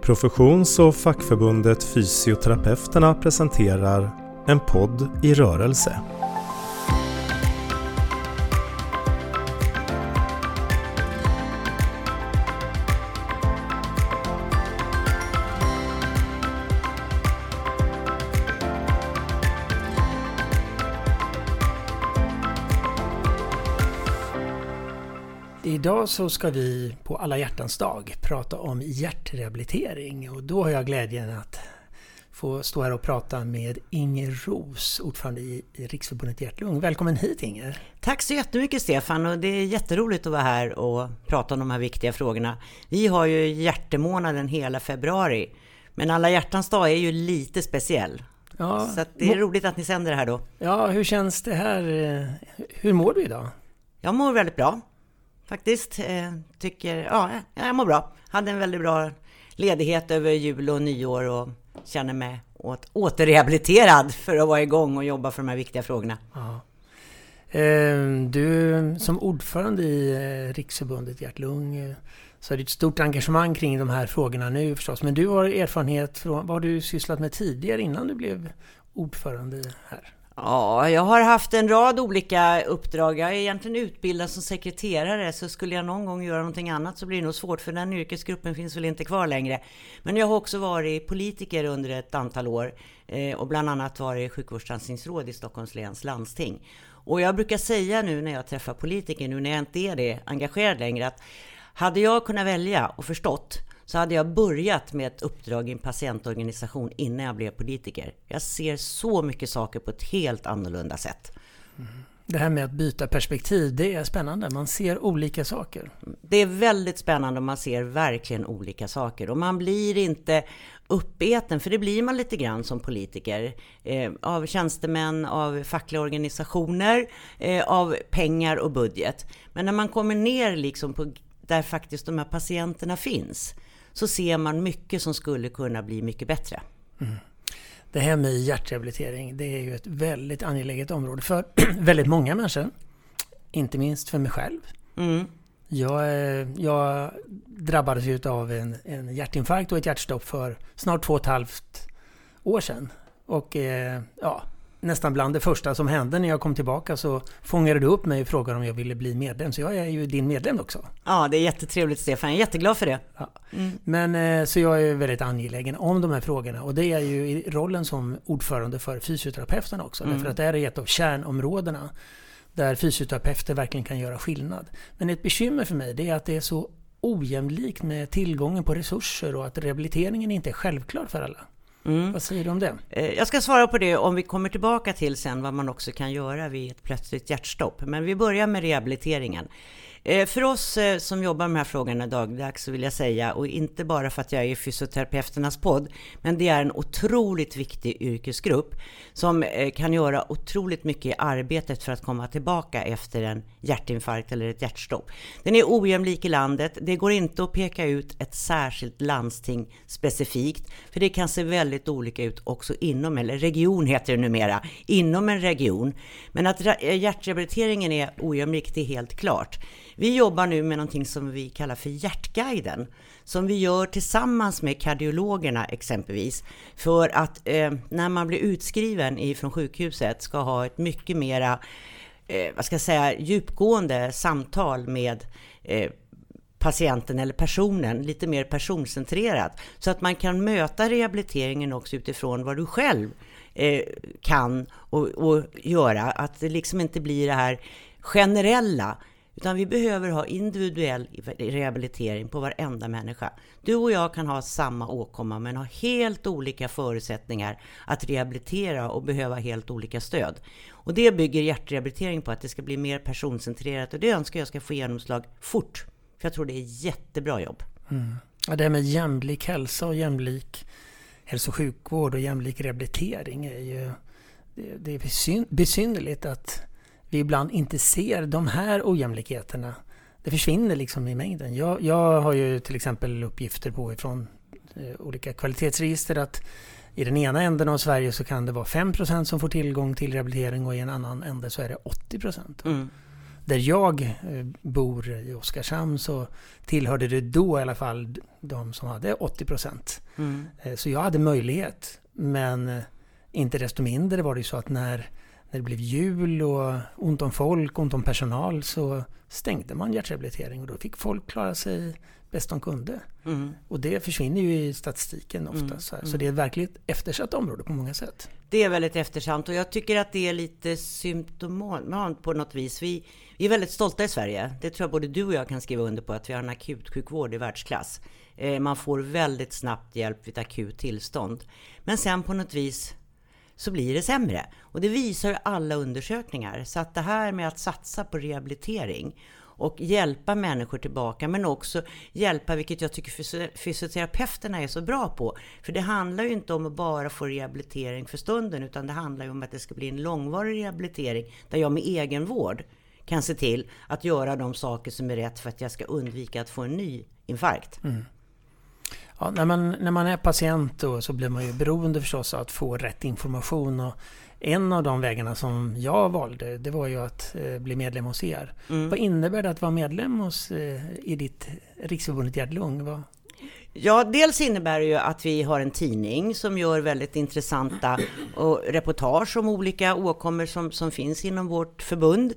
Professions- och fackförbundet Fysioterapeuterna presenterar en podd i rörelse. Idag så ska vi på alla hjärtans dag prata om hjärtrehabilitering, och då har jag glädjen att få stå här och prata med Inger Roos, ordförande i Riksförbundet Hjärt-Lung. Välkommen hit, Inger. Tack så jättemycket, Stefan, och det är jätteroligt att vara här och prata om de här viktiga frågorna. Vi har ju hjärtemånaden hela februari, men alla hjärtans dag är ju lite speciell. Ja, så att det är roligt att ni sänder det här då. Ja, hur känns det här? Hur mår du idag? Jag mår väldigt bra. Faktiskt jag mår bra. Hade en väldigt bra ledighet över jul och nyår och känner mig återrehabiliterad för att vara igång och jobba för de här viktiga frågorna. Ja. Du som ordförande i Riksförbundet Hjärt-Lung, så är det ett stort engagemang kring de här frågorna nu förstås. Men du har erfarenhet från vad har du sysslat med tidigare innan du blev ordförande här? Ja, jag har haft en rad olika uppdrag. Jag är egentligen utbildad som sekreterare, så skulle jag någon gång göra någonting annat så blir det nog svårt, för den yrkesgruppen finns väl inte kvar längre. Men jag har också varit politiker under ett antal år och bland annat varit sjukvårdslandstingsråd i Stockholms läns landsting. Och jag brukar säga nu när jag träffar politiker, nu när jag inte är det engagerad längre, att hade jag kunnat välja och förstått, så hade jag börjat med ett uppdrag i en patientorganisation innan jag blev politiker. Jag ser så mycket saker på ett helt annorlunda sätt. Det här med att byta perspektiv, det är spännande. Man ser olika saker. Det är väldigt spännande och man ser verkligen olika saker. Och man blir inte uppäten, för det blir man lite grann som politiker. Av tjänstemän, av fackliga organisationer, av pengar och budget. Men när man kommer ner liksom på där faktiskt de här patienterna finns, så ser man mycket som skulle kunna bli mycket bättre. Mm. Det här med hjärtrehabilitering, det är ju ett väldigt angeläget område för väldigt många människor. Inte minst för mig själv. Mm. Jag drabbades ju av en hjärtinfarkt och ett hjärtstopp för snart 2,5 år sedan. Och nästan bland det första som hände när jag kom tillbaka så fångade du upp mig och frågade om jag ville bli medlem. Så jag är ju din medlem också. Ja, det är jättetrevligt, Stefan. Jag är jätteglad för det. Ja. Men så jag är väldigt angelägen om de här frågorna. Och det är ju i rollen som ordförande för fysioterapeuterna också. Därför att det är ett av kärnområdena där fysioterapeuter verkligen kan göra skillnad. Men ett bekymmer för mig, det är att det är så ojämlikt med tillgången på resurser och att rehabiliteringen inte är självklar för alla. Vad säger du om det? Jag ska svara på det om vi kommer tillbaka till sen vad man också kan göra vid ett plötsligt hjärtstopp. Men vi börjar med rehabiliteringen. För oss som jobbar med de här frågorna dagligdags så vill jag säga, och inte bara för att jag är i fysioterapeuternas podd, men det är en otroligt viktig yrkesgrupp som kan göra otroligt mycket i arbetet för att komma tillbaka efter en hjärtinfarkt eller ett hjärtstopp. Den är ojämlik i landet. Det går inte att peka ut ett särskilt landsting specifikt, för det kan se väldigt olika ut också inom, eller region heter det numera, inom en region. Men att hjärtrehabiliteringen är ojämlik, det är helt klart. Vi jobbar nu med någonting som vi kallar för hjärtguiden, som vi gör tillsammans med kardiologerna exempelvis, för att när man blir utskriven från sjukhuset ska ha ett mycket mera djupgående samtal med patienten eller personen, lite mer personcentrerat, så att man kan möta rehabiliteringen också utifrån vad du själv kan och göra, att det liksom inte blir det här generella. Utan vi behöver ha individuell rehabilitering på varenda människa. Du och jag kan ha samma åkomma men ha helt olika förutsättningar att rehabilitera och behöva helt olika stöd. Och det bygger hjärtrehabilitering på, att det ska bli mer personcentrerat, och det önskar jag ska få genomslag fort. För jag tror det är jättebra jobb. Ja, det med jämlik hälsa och jämlik hälso- och sjukvård och jämlik rehabilitering är ju det är besynnerligt att vi ibland inte ser de här ojämlikheterna. Det försvinner liksom i mängden. Jag har ju till exempel uppgifter på ifrån olika kvalitetsregister att i den ena änden av Sverige så kan det vara 5% som får tillgång till rehabilitering och i en annan ände så är det 80%. där jag bor i Oskarshamn så tillhörde det då i alla fall de som hade 80%. Så jag hade möjlighet, men inte desto mindre var det ju så att när det blev jul och ont om folk, ont om personal, så stängde man hjärtrehabilitering och då fick folk klara sig bäst de kunde. Och det försvinner ju i statistiken ofta. Så det är ett verkligt eftersatt område på många sätt. Det är väldigt eftersatt och jag tycker att det är lite symptomat på något vis. Vi är väldigt stolta i Sverige. Det tror jag både du och jag kan skriva under på, att vi har en akutsjukvård i världsklass. Man får väldigt snabbt hjälp vid ett akut tillstånd. Men sen på något vis så blir det sämre. Och det visar ju alla undersökningar. Så att det här med att satsa på rehabilitering och hjälpa människor tillbaka, men också hjälpa, vilket jag tycker fysioterapeuterna är så bra på. För det handlar ju inte om att bara få rehabilitering för stunden, utan det handlar ju om att det ska bli en långvarig rehabilitering där jag med egen vård kan se till att göra de saker som är rätt för att jag ska undvika att få en ny infarkt. Ja, när man är patient då, så blir man ju beroende förstås av att få rätt information, och en av de vägarna som jag valde, det var ju att bli medlem hos er. Vad innebär det att vara medlem i ditt Riksförbundet Hjärt-Lung? Ja, dels innebär det ju att vi har en tidning som gör väldigt intressanta reportage om olika åkommor som finns inom vårt förbund.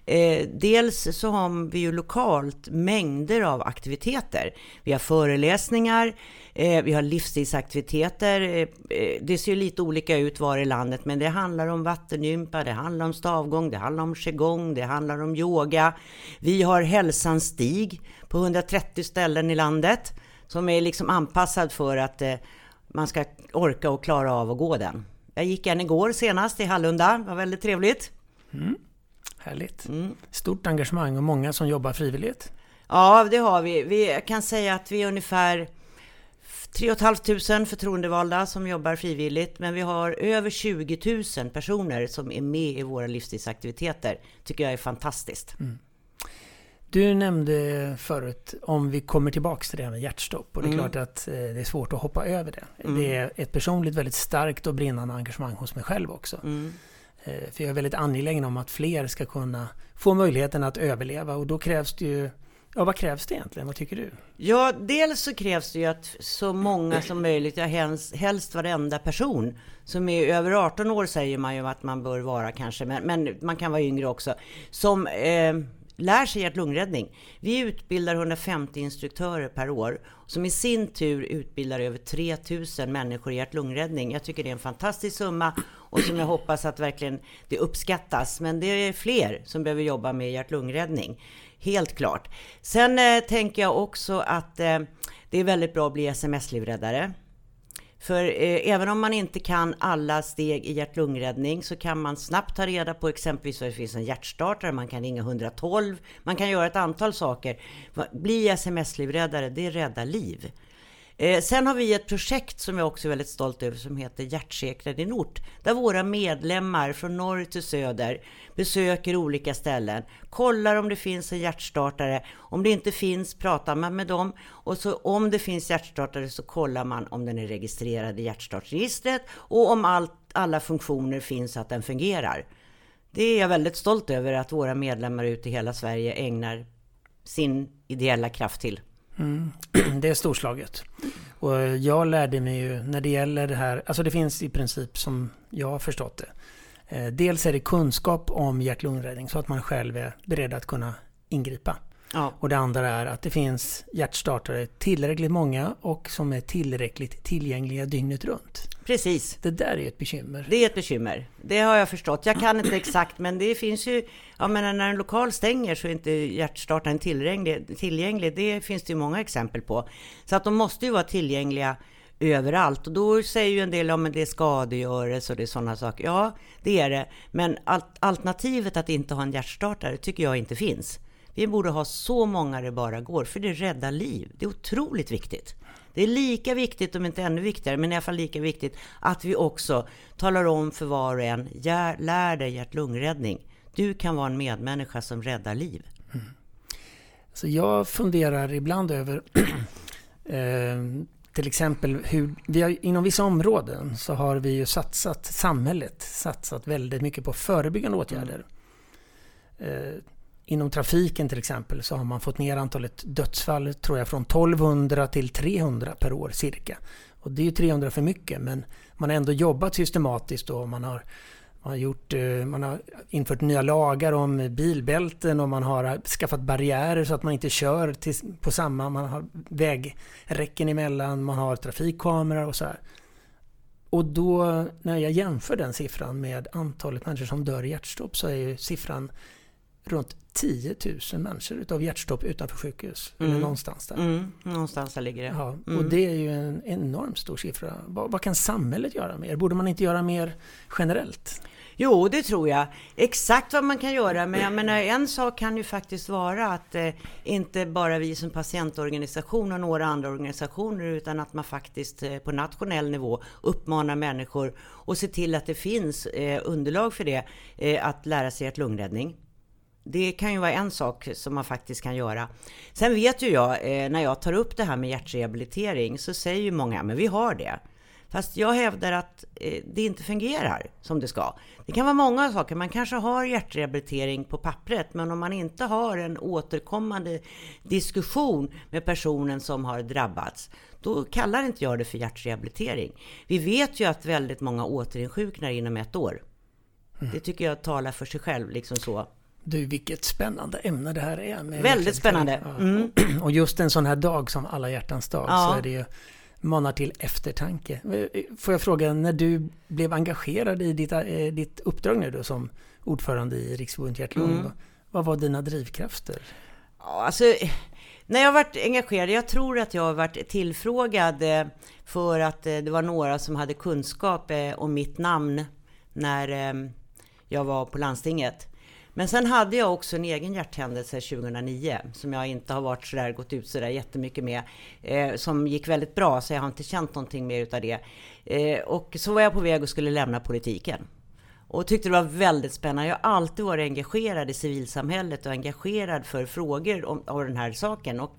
Dels så har vi ju lokalt mängder av aktiviteter. Vi har föreläsningar, vi har livsstilsaktiviteter. Det ser ju lite olika ut var i landet, men det handlar om vattengympa, det handlar om stavgång, det handlar om qigong, det handlar om yoga. Vi har hälsans stig på 130 ställen i landet, som är liksom anpassad för att man ska orka och klara av att gå den. Jag gick en igår senast i Hallunda, det var väldigt trevligt. Härligt. Stort engagemang och många som jobbar frivilligt. Ja, det har vi. Vi kan säga att vi är ungefär 3 500 förtroendevalda som jobbar frivilligt, men vi har över 20 000 personer som är med i våra livsstilsaktiviteter. Tycker jag är fantastiskt. Du nämnde förut om vi kommer tillbaka till det här med hjärtstopp, och det är klart att det är svårt att hoppa över det. Det är ett personligt väldigt starkt och brinnande engagemang hos mig själv också. För jag är väldigt angelägen om att fler ska kunna få möjligheten att överleva, och då krävs det ju, vad krävs det egentligen? Vad tycker du? Ja, dels så krävs det ju att så många som möjligt, helst varenda person som är över 18 år, säger man ju att man bör vara kanske, men man kan vara yngre också, som lär sig hjärt-lungräddning. Vi utbildar 150 instruktörer per år som i sin tur utbildar över 3000 människor i hjärt-lungräddning. Jag tycker det är en fantastisk summa och som jag hoppas att verkligen det uppskattas. Men det är fler som behöver jobba med hjärt-lungräddning. Helt klart. Sen tänker jag också att det är väldigt bra att bli SMS-livräddare. För även om man inte kan alla steg i hjärt-lungräddning så kan man snabbt ta reda på exempelvis att det finns en hjärtstartare, man kan ringa 112, man kan göra ett antal saker. Bli SMS-livräddare, det räddar liv. Sen har vi ett projekt som jag också är väldigt stolt över som heter Hjärtsäkra din ort. Där våra medlemmar från norr till söder besöker olika ställen. Kollar om det finns en hjärtstartare. Om det inte finns pratar man med dem. Och så om det finns hjärtstartare så kollar man om den är registrerad i hjärtstartsregistret. Och om alla funktioner finns att den fungerar. Det är jag väldigt stolt över att våra medlemmar ute i hela Sverige ägnar sin ideella kraft till. Det är storslaget. Och jag lärde mig ju när det gäller det här, alltså det finns i princip som jag har förstått det. Dels är det kunskap om hjärt-lungräddning så att man själv är beredd att kunna ingripa. Ja. Och det andra är att det finns hjärtstartare tillräckligt många och som är tillräckligt tillgängliga dygnet runt. Precis. Det där är ett bekymmer. Det är ett bekymmer. Det har jag förstått. Jag kan inte exakt, men det finns ju, jag menar, när en lokal stänger så är inte hjärtstartaren tillgänglig. Det finns det ju många exempel på. Så att de måste ju vara tillgängliga överallt. Och då säger ju en del om att det är skadegörelse och det är sådana saker. Ja, det är det. Men alternativet att inte ha en hjärtstartare tycker jag inte finns. Vi borde ha så många det bara går, för det räddar liv. Det är otroligt viktigt. Det är lika viktigt, om inte ännu viktigare, men i alla fall lika viktigt att vi också talar om för var och en, lär dig hjärt-lungräddning. Du kan vara en medmänniska som räddar liv. Så jag funderar ibland över till exempel hur vi har, inom vissa områden så har vi ju satsat väldigt mycket på förebyggande åtgärder. inom trafiken till exempel så har man fått ner antalet dödsfall tror jag från 1200 till 300 per år cirka. Och det är ju 300 för mycket, men man har ändå jobbat systematiskt och man har infört nya lagar om bilbälten och man har skaffat barriärer så att man inte kör på samma, man har vägräcken emellan, man har trafikkameror och så här. Och då när jag jämför den siffran med antalet människor som dör i hjärtstopp så är ju siffran runt 10 000 människor utav hjärtstopp utanför sjukhus. Eller någonstans där. Någonstans där ligger det. Ja, och det är ju en enormt stor siffra. Vad kan samhället göra mer? Borde man inte göra mer generellt? Jo, det tror jag. Exakt vad man kan göra. Men jag menar, en sak kan ju faktiskt vara att inte bara vi som patientorganisation och några andra organisationer, utan att man faktiskt på nationell nivå uppmanar människor och se till att det finns underlag för det, att lära sig hjärt-lungräddning. Det kan ju vara en sak som man faktiskt kan göra. Sen vet ju jag, när jag tar upp det här med hjärtrehabilitering så säger ju många, men vi har det. Fast jag hävdar att det inte fungerar som det ska. Det kan vara många saker. Man kanske har hjärtrehabilitering på pappret, men om man inte har en återkommande diskussion med personen som har drabbats, då kallar inte jag det för hjärtrehabilitering. Vi vet ju att väldigt många återinsjuknar inom 1 år. Det tycker jag talar för sig själv, liksom så. Du, vilket spännande ämne det här är. Väldigt spännande. Ja. Och just en sån här dag som alla hjärtans dag så är det ju manar till eftertanke. Får jag fråga, när du blev engagerad i ditt uppdrag nu då som ordförande i Riksförbundet Hjärt-Lung, vad var dina drivkrafter? Ja, alltså, när jag varit engagerad, jag tror att jag har varit tillfrågad för att det var några som hade kunskap om mitt namn när jag var på landstinget. Men sen hade jag också en egen hjärthändelse 2009 som jag inte har gått ut så där jättemycket med, som gick väldigt bra, så jag har inte känt någonting mer utav det. Och så var jag på väg och skulle lämna politiken. Och tyckte det var väldigt spännande. Jag har alltid varit engagerad i civilsamhället och engagerad för frågor om den här saken. Och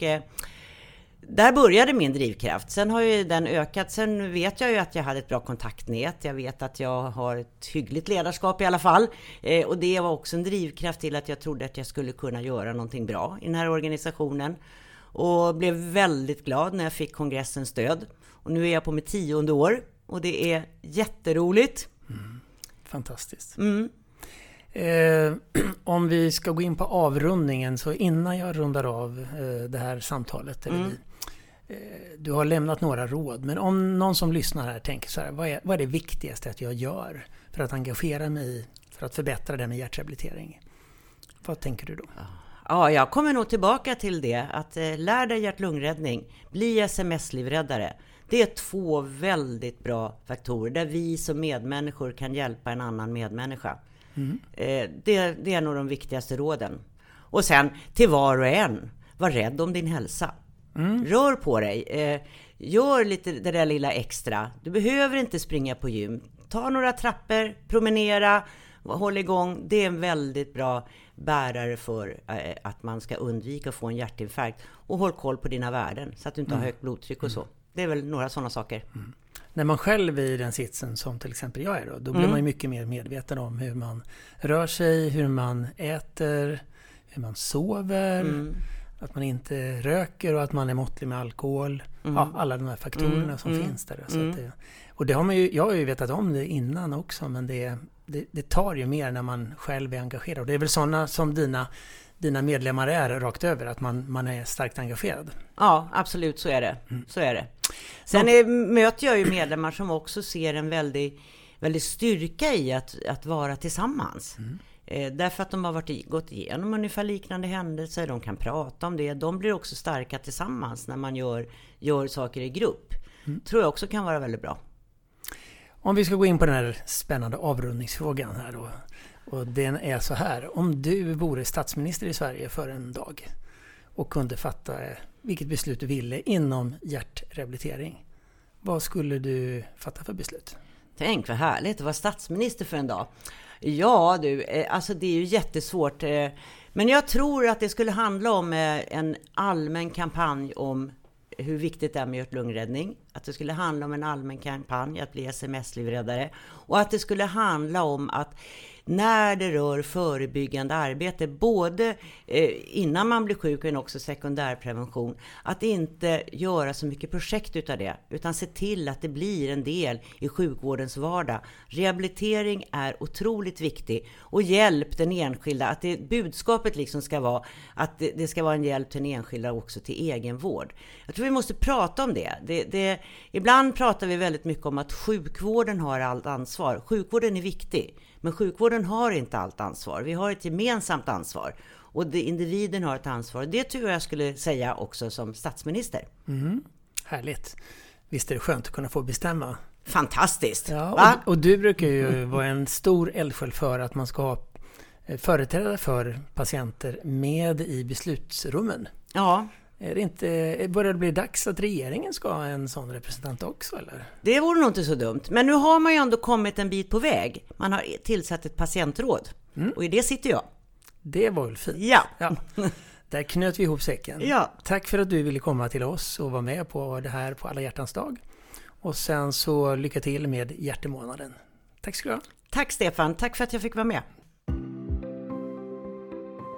där började min drivkraft. Sen har ju den ökat. Sen vet jag ju att jag hade ett bra kontaktnät. Jag vet att jag har ett hyggligt ledarskap i alla fall. Och det var också en drivkraft till att jag trodde att jag skulle kunna göra någonting bra i den här organisationen. Och blev väldigt glad när jag fick kongressens stöd. Och nu är jag på mitt 10:e år. Och det är jätteroligt. Fantastiskt. Om vi ska gå in på avrundningen, så innan jag rundar av det här samtalet, du har lämnat några råd, men om någon som lyssnar här tänker så här, vad är det viktigaste att jag gör för att engagera mig för att förbättra det med hjärtrehabilitering? Vad tänker du då? Ja, jag kommer nog tillbaka till det, att lär dig hjärt-lungräddning, bli SMS-livräddare. Det är 2 väldigt bra faktorer där vi som medmänniskor kan hjälpa en annan medmänniska. Det är nog de viktigaste råden. Och sen till var och en, var rädd om din hälsa. Rör på dig. Gör lite det där lilla extra. Du behöver inte springa på gym. Ta några trappor, promenera, håll igång. Det är en väldigt bra bärare för att man ska undvika att få en hjärtinfarkt. Och håll koll på dina värden så att du inte har högt blodtryck och så. Det är väl några sådana saker. När man själv är i den sitsen som till exempel jag är då blir man ju mycket mer medveten om hur man rör sig, hur man äter, hur man sover, att man inte röker och att man är måttlig med alkohol. Ja, alla de här faktorerna som finns där. Så att och det har man ju, jag har ju vetat om det innan också, men det tar ju mer när man själv är engagerad. Och det är väl sådana som dina medlemmar är rakt över, att man är starkt engagerad. Ja, absolut, så är det. Så är det. Sen möter jag ju medlemmar som också ser en väldigt, väldigt styrka i att vara tillsammans. Därför att de har gått igenom ungefär liknande händelser, de kan prata om det. De blir också starka tillsammans när man gör saker i grupp. Tror jag också kan vara väldigt bra. Om vi ska gå in på den här spännande avrundningsfrågan här då. Och den är så här: om du vore statsminister i Sverige för en dag och kunde fatta vilket beslut du ville inom hjärtrehabilitering, vad skulle du fatta för beslut? Tänk vad härligt att vara statsminister för en dag. Ja du, alltså det är ju jättesvårt. Men jag tror att det skulle handla om en allmän kampanj om hur viktigt det är med hjärt-lungräddning. Att det skulle handla om en allmän kampanj att bli SMS-livräddare. Och att det skulle handla om att när det rör förebyggande arbete, både innan man blir sjuk men också sekundärprevention, att inte göra så mycket projekt utav det, utan se till att det blir en del i sjukvårdens vardag. Rehabilitering är otroligt viktig, och hjälp den enskilda, att budskapet liksom ska vara att det ska vara en hjälp till den enskilda också till egenvård. Jag tror vi måste prata om det. Ibland pratar vi väldigt mycket om att sjukvården har allt ansvar. Sjukvården är viktig, men sjukvården har inte allt ansvar. Vi har ett gemensamt ansvar, och individen har ett ansvar. Det tror jag skulle säga också som statsminister. Härligt. Visst är det skönt att kunna få bestämma. Fantastiskt. Ja, och du brukar ju vara en stor eldsjäl för att man ska ha företrädare för patienter med i beslutsrummen. Ja. Börjar det bli dags att regeringen ska ha en sån representant också, eller? Det vore nog inte så dumt. Men nu har man ju ändå kommit en bit på väg. Man har tillsatt ett patientråd. Och i det sitter jag. Det var väl fint. Ja. Där knöt vi ihop säcken. Ja. Tack för att du ville komma till oss och vara med på det här på alla hjärtans dag. Och sen så lycka till med hjärtemånaden. Tack ska du ha. Tack Stefan, tack för att jag fick vara med.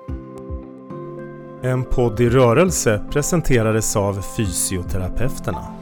En podd i rörelse presenterades av Fysioterapeuterna.